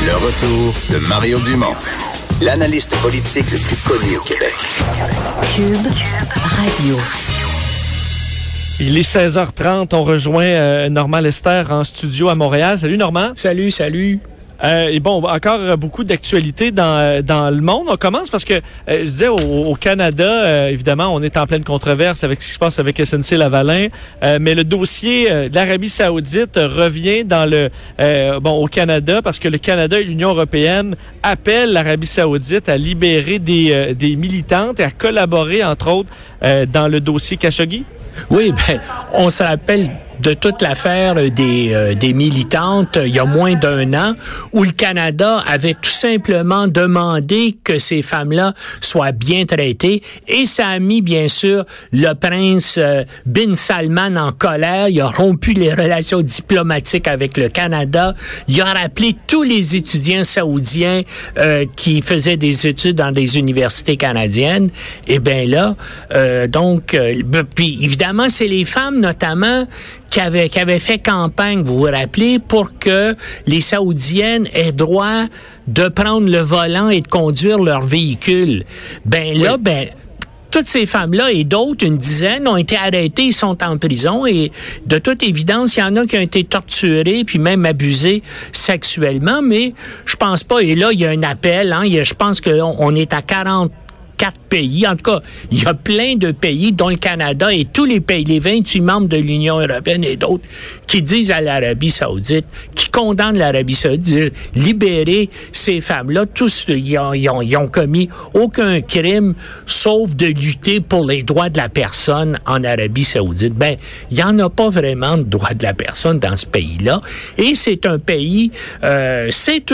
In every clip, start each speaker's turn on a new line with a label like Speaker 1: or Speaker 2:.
Speaker 1: Le retour de Mario Dumont, l'analyste politique le plus connu au Québec.
Speaker 2: Cube Radio.
Speaker 3: Il est 16h30, on rejoint Normand Lester en studio à Montréal. Salut Normand.
Speaker 4: Salut.
Speaker 3: Et bon, encore beaucoup d'actualités dans le monde. On commence parce que, je disais, au Canada, évidemment, on est en pleine controverse avec ce qui se passe avec SNC-Lavalin, mais le dossier de l'Arabie Saoudite revient au Canada parce que le Canada et l'Union européenne appellent l'Arabie Saoudite à libérer des militantes et à collaborer, entre autres, dans le dossier Khashoggi.
Speaker 4: Oui, on se rappelle de toute l'affaire des militantes il y a moins d'un an, où le Canada avait tout simplement demandé que ces femmes-là soient bien traitées, et ça a mis bien sûr le prince Bin Salman en colère. Il a rompu les relations diplomatiques avec le Canada. Il a rappelé tous les étudiants saoudiens qui faisaient des études dans des universités canadiennes. Et bien là, puis évidemment, c'est les femmes notamment qui avait fait campagne, vous vous rappelez, pour que les Saoudiennes aient droit de prendre le volant et de conduire leur véhicule. Toutes ces femmes-là et d'autres, une dizaine, ont été arrêtées, ils sont en prison et de toute évidence, il y en a qui ont été torturés puis même abusés sexuellement, mais je pense pas. Et là, il y a un appel, je pense qu'on est à 44 pays. En tout cas, il y a plein de pays, dont le Canada et tous les pays, les 28 membres de l'Union européenne et d'autres, qui disent à l'Arabie Saoudite, qui condamnent l'Arabie Saoudite, libérer ces femmes-là. Tous, ils ont commis aucun crime, sauf de lutter pour les droits de la personne en Arabie Saoudite. Il y en a pas vraiment de droits de la personne dans ce pays-là. Et c'est un pays, c'est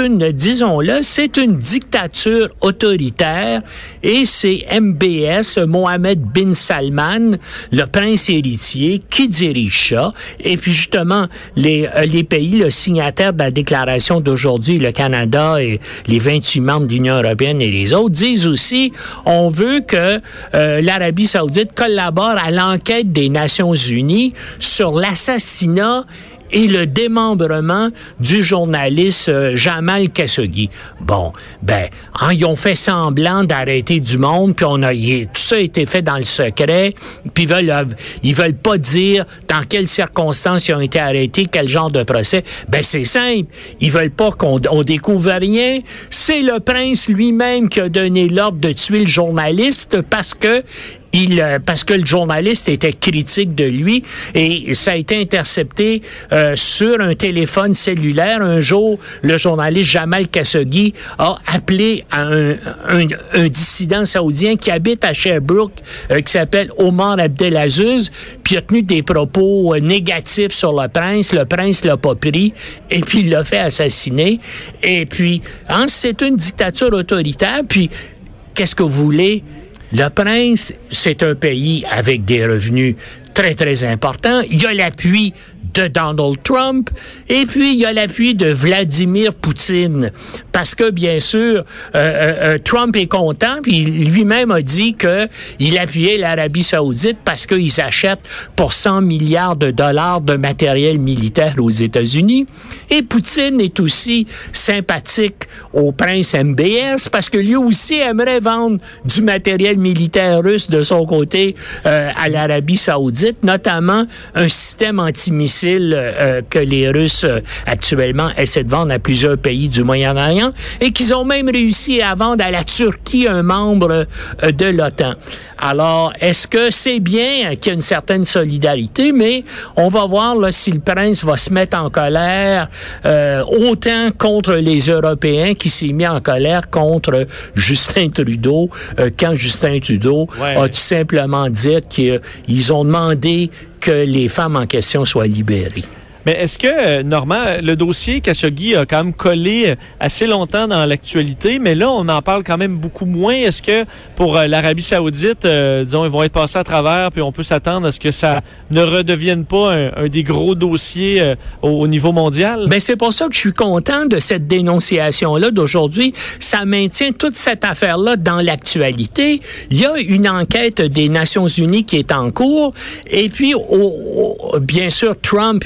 Speaker 4: une dictature autoritaire, et c'est MBS, Mohammed bin Salman, le prince héritier, qui dirige ça. Et puis justement, les pays, le signataire de la déclaration d'aujourd'hui, le Canada et les 28 membres de l'Union européenne et les autres, disent aussi, on veut que l'Arabie Saoudite collabore à l'enquête des Nations unies sur l'assassinat et le démembrement du journaliste Jamal Khashoggi. Ils ont fait semblant d'arrêter du monde, puis tout ça a été fait dans le secret, puis ils veulent pas dire dans quelles circonstances ils ont été arrêtés, quel genre de procès. C'est simple, ils veulent pas qu'on découvre rien. C'est le prince lui-même qui a donné l'ordre de tuer le journaliste parce que le journaliste était critique de lui, et ça a été intercepté sur un téléphone cellulaire. Un jour, le journaliste Jamal Khashoggi a appelé à un dissident saoudien qui habite à Sherbrooke, qui s'appelle Omar Abdelaziz, puis a tenu des propos négatifs sur le prince. Le prince l'a pas pris, et puis il l'a fait assassiner. Et puis, c'est une dictature autoritaire, puis qu'est-ce que vous voulez? Le prince, c'est un pays avec des revenus très, très importants. Il y a l'appui de Donald Trump, et puis il y a l'appui de Vladimir Poutine. Parce que, bien sûr, Trump est content, puis lui-même a dit qu'il appuyait l'Arabie Saoudite parce qu'ils achètent pour 100 milliards de dollars de matériel militaire aux États-Unis. Et Poutine est aussi sympathique au prince MBS parce que lui aussi aimerait vendre du matériel militaire russe de son côté à l'Arabie Saoudite, notamment un système antimissile que les Russes actuellement essaient de vendre à plusieurs pays du Moyen-Orient, et qu'ils ont même réussi à vendre à la Turquie, un membre de l'OTAN. Alors, est-ce que c'est bien qu'il y a une certaine solidarité, mais on va voir là, si le prince va se mettre en colère autant contre les Européens qui s'est mis en colère contre Justin Trudeau, quand Justin Trudeau a tout simplement dit qu'ils ont demandé que les femmes en question soient libérées.
Speaker 3: Mais est-ce que, Normand, le dossier Khashoggi a quand même collé assez longtemps dans l'actualité, mais là, on en parle quand même beaucoup moins. Est-ce que pour l'Arabie Saoudite, disons, ils vont être passés à travers, puis on peut s'attendre à ce que ça ne redevienne pas un des gros dossiers au niveau mondial?
Speaker 4: Ben, c'est pour ça que je suis content de cette dénonciation-là d'aujourd'hui. Ça maintient toute cette affaire-là dans l'actualité. Il y a une enquête des Nations unies qui est en cours, et puis, bien sûr, Trump est un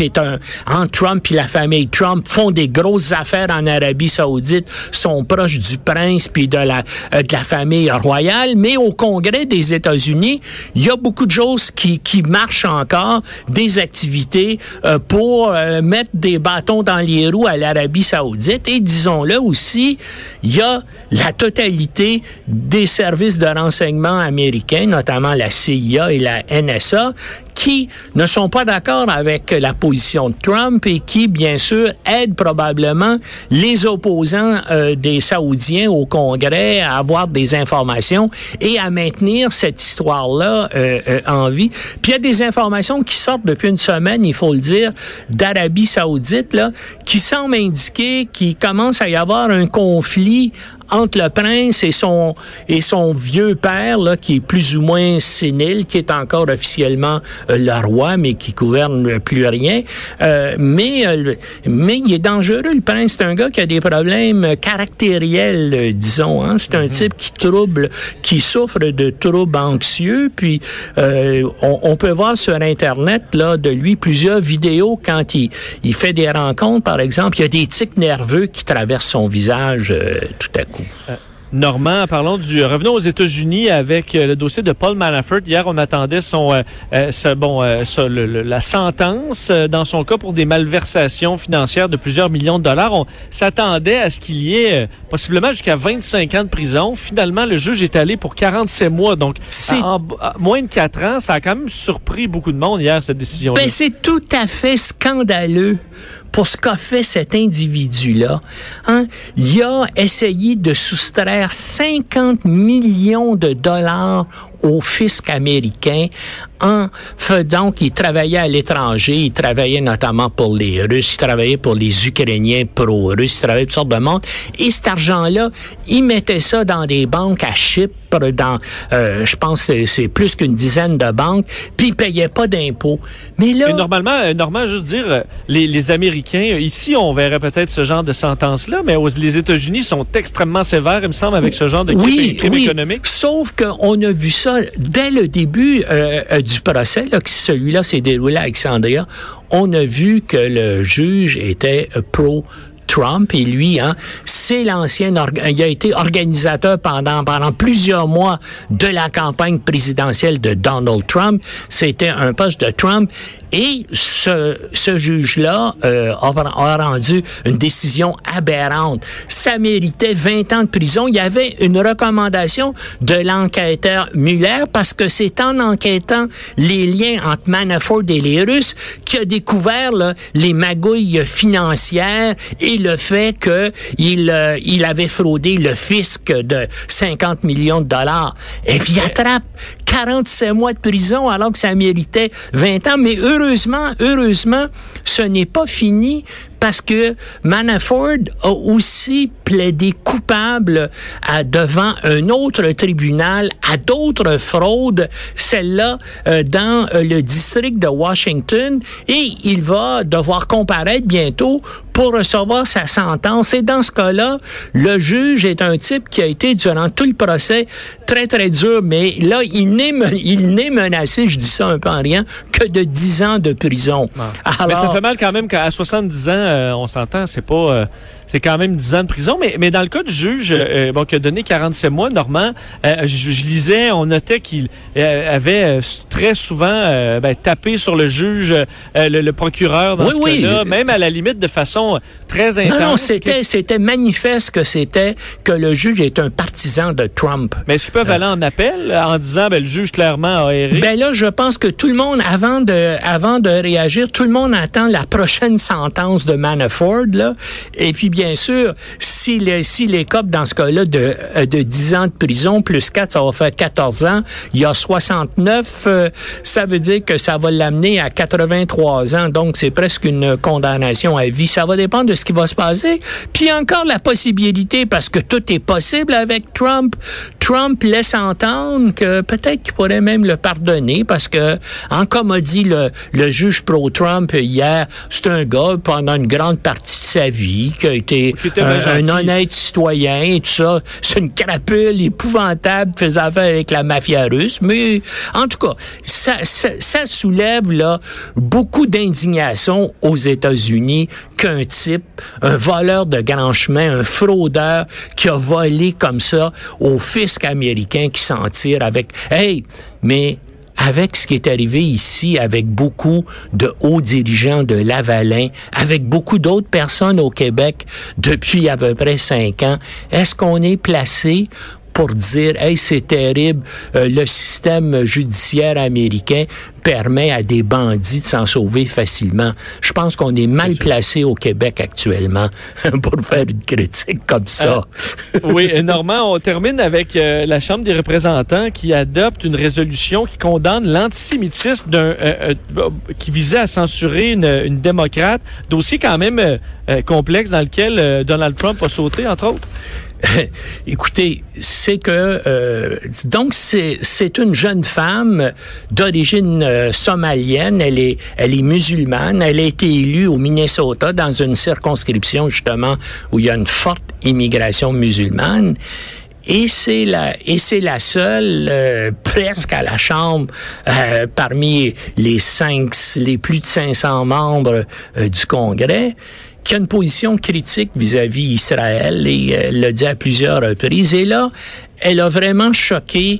Speaker 4: Trump et la famille Trump font des grosses affaires en Arabie Saoudite, sont proches du prince puis de la famille royale, mais au Congrès des États-Unis, il y a beaucoup de choses qui marchent encore, des activités pour mettre des bâtons dans les roues à l'Arabie Saoudite. Et disons-le aussi, il y a la totalité des services de renseignement américains, notamment la CIA et la NSA, qui ne sont pas d'accord avec la position de Trump et qui, bien sûr, aident probablement les opposants des Saoudiens au Congrès à avoir des informations et à maintenir cette histoire-là en vie. Puis il y a des informations qui sortent depuis une semaine, il faut le dire, d'Arabie Saoudite, là, qui semblent indiquer qu'il commence à y avoir un conflit entre le prince et son vieux père, là, qui est plus ou moins sénile, qui est encore officiellement le roi, mais qui gouverne plus rien. Mais il est dangereux, le prince. C'est un gars qui a des problèmes caractériels, disons. Hein? C'est un type qui souffre de troubles anxieux. Puis on peut voir sur Internet là de lui plusieurs vidéos quand il fait des rencontres, par exemple. Il y a des tics nerveux qui traversent son visage tout à coup.
Speaker 3: Normand, revenons aux États-Unis avec le dossier de Paul Manafort. Hier, on attendait la sentence dans son cas pour des malversations financières de plusieurs millions de dollars. On s'attendait à ce qu'il y ait possiblement jusqu'à 25 ans de prison. Finalement, le juge est allé pour 47 mois. Donc, en moins de 4 ans, ça a quand même surpris beaucoup de monde hier, cette décision-là.
Speaker 4: Ben, c'est tout à fait scandaleux pour ce qu'a fait cet individu-là. Hein? Il a essayé de soustraire 50 millions de dollars au fisc américain en faisant qu'il travaillait à l'étranger. Il travaillait notamment pour les Russes, il travaillait pour les Ukrainiens pro-russes, il travaillait toutes sortes de monde. Et cet argent-là, il mettait ça dans des banques à Chypre, je pense que c'est plus qu'une dizaine de banques, puis il payait pas d'impôts. Mais là...
Speaker 3: Mais normalement, juste dire, les Américains, ici, on verrait peut-être ce genre de sentence-là, mais les États-Unis sont extrêmement sévères, il me semble, avec ce genre de crime économique.
Speaker 4: Sauf qu'on a vu ça dès le début du procès, là, que celui-là s'est déroulé à Alexandria. On a vu que le juge était pro-Trump et lui, c'est il a été organisateur pendant plusieurs mois de la campagne présidentielle de Donald Trump. C'était un poste de Trump. Et ce juge-là a rendu une décision aberrante. Ça méritait 20 ans de prison. Il y avait une recommandation de l'enquêteur Mueller parce que c'est en enquêtant les liens entre Manafort et les Russes qu'il a découvert les magouilles financières et le fait qu'il avait fraudé le fisc de 50 millions de dollars. Et puis il attrape 47 mois de prison alors que ça méritait 20 ans. Mais heureusement, ce n'est pas fini parce que Manafort a aussi plaidé coupable devant un autre tribunal à d'autres fraudes, celle-là dans le district de Washington, et il va devoir comparaître bientôt pour recevoir sa sentence. Et dans ce cas-là, le juge est un type qui a été, durant tout le procès, très, très dur, mais là, il n'est menacé, je dis ça un peu en rien, que de 10 ans de prison. Alors,
Speaker 3: mais ça fait mal quand même qu'à 70 ans, on s'entend, c'est quand même 10 ans de prison. Mais dans le cas du juge, qui a donné 47 mois, Normand, je lisais, on notait qu'il avait très souvent tapé sur le juge, le procureur dans ce cas-là, même à la limite de façon très intense.
Speaker 4: Non, c'était manifeste que le juge est un partisan de Trump.
Speaker 3: Mais est-ce qu'ils peuvent aller en appel en disant, le juge clairement a erré?
Speaker 4: Ben là, je pense que tout le monde, avant de réagir, tout le monde attend la prochaine sentence de Manafort, là. Et puis, bien sûr, si les copes, dans ce cas-là, de 10 ans de prison, plus 4, ça va faire 14 ans. Il y a 69, ça veut dire que ça va l'amener à 83 ans. Donc, c'est presque une condamnation à vie. Ça va dépendre de ce qui va se passer. Puis encore la possibilité, parce que tout est possible avec Trump, Trump laisse entendre que peut-être qu'il pourrait même le pardonner parce que, comme a dit le juge pro-Trump hier, c'est un gars pendant une grande partie de sa vie qui a été un honnête citoyen et tout ça. C'est une crapule épouvantable, faisait affaire avec la mafia russe. Mais en tout cas, ça soulève là beaucoup d'indignation aux États-Unis qu'un type, un voleur de grand chemin, un fraudeur qui a volé comme ça au fisc américain qui s'en tire avec... Mais avec ce qui est arrivé ici, avec beaucoup de hauts dirigeants de Lavalin, avec beaucoup d'autres personnes au Québec depuis à peu près 5 ans, est-ce qu'on est placé pour dire, c'est terrible, le système judiciaire américain permet à des bandits de s'en sauver facilement. Je pense qu'on est mal placé au Québec actuellement pour faire une critique comme ça.
Speaker 3: Oui, Normand, on termine avec la Chambre des représentants qui adopte une résolution qui condamne l'antisémitisme qui visait à censurer une démocrate. Dossier quand même complexe dans lequel Donald Trump a sauté, entre autres.
Speaker 4: Écoutez, c'est que donc c'est une jeune femme d'origine somalienne. Elle est musulmane. Elle a été élue au Minnesota dans une circonscription justement où il y a une forte immigration musulmane. Et c'est la seule presque à la Chambre parmi les plus de 500 membres du Congrès qui a une position critique vis-à-vis Israël et elle l'a dit à plusieurs reprises. Et là, elle a vraiment choqué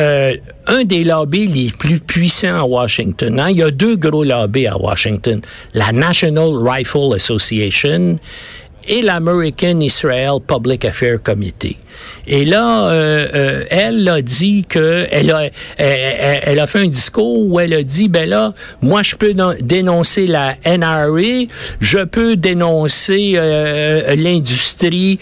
Speaker 4: un des lobbies les plus puissants à Washington. Il y a 2 gros lobbies à Washington, la National Rifle Association et l'American Israel Public Affairs Committee. Et là, elle a dit que elle a fait un discours où elle a dit, moi je peux dénoncer la NRA, je peux dénoncer l'industrie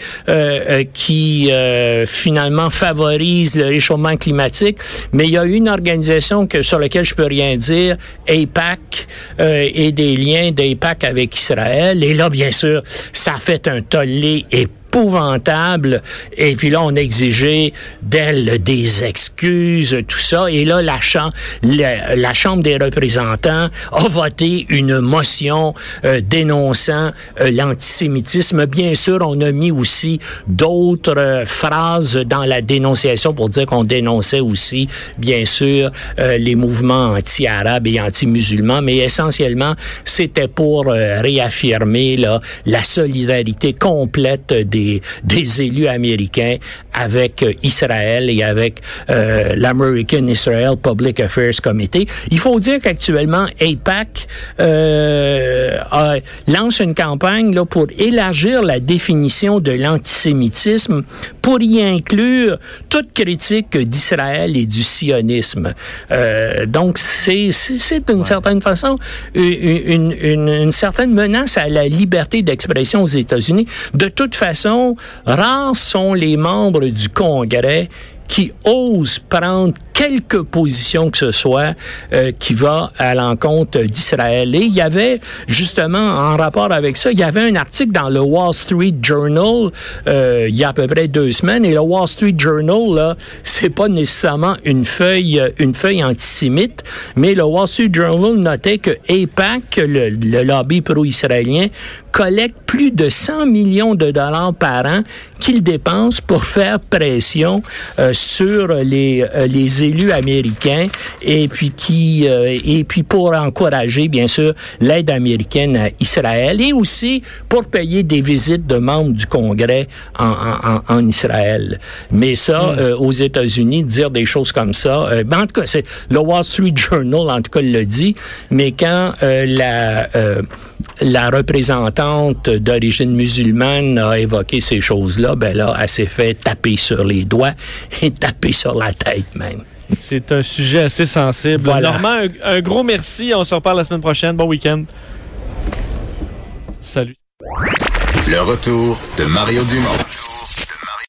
Speaker 4: qui finalement favorise le réchauffement climatique, mais il y a une organisation sur laquelle je peux rien dire, AIPAC, et des liens d'AIPAC avec Israël. Et là, bien sûr, ça a fait un tollé épouvantable. Et puis là, on a exigé d'elle des excuses, tout ça. Et là, la Chambre des représentants a voté une motion dénonçant l'antisémitisme. Bien sûr, on a mis aussi d'autres phrases dans la dénonciation pour dire qu'on dénonçait aussi, bien sûr, les mouvements anti-arabes et anti-musulmans. Mais essentiellement, c'était pour réaffirmer là, la solidarité complète des élus américains avec Israël et avec l'American Israel Public Affairs Committee. Il faut dire qu'actuellement, AIPAC lance une campagne là, pour élargir la définition de l'antisémitisme pour y inclure toute critique d'Israël et du sionisme. Donc, c'est d'une certaine façon une certaine menace à la liberté d'expression aux États-Unis. De toute façon, rares sont les membres du Congrès qui osent prendre quelque position que ce soit qui va à l'encontre d'Israël. Et il y avait, justement, en rapport avec ça, il y avait un article dans le Wall Street Journal il y a à peu près 2 semaines. Et le Wall Street Journal, là, c'est pas nécessairement une feuille antisémite, mais le Wall Street Journal notait que AIPAC, le lobby pro-israélien, collecte plus de 100 millions de dollars par an qu'il dépense pour faire pression sur les élus américains et puis pour encourager bien sûr l'aide américaine à Israël et aussi pour payer des visites de membres du Congrès en Israël. Mais ça aux États-Unis dire des choses comme ça, en tout cas c'est le Wall Street Journal en tout cas le dit, mais quand la représentante d'origine musulmane a évoqué ces choses-là, là, elle s'est fait taper sur les doigts et taper sur la tête même.
Speaker 3: C'est un sujet assez sensible. Voilà. Normand, un gros merci. On se reparle la semaine prochaine. Bon week-end. Salut.
Speaker 1: Le retour de Mario Dumont.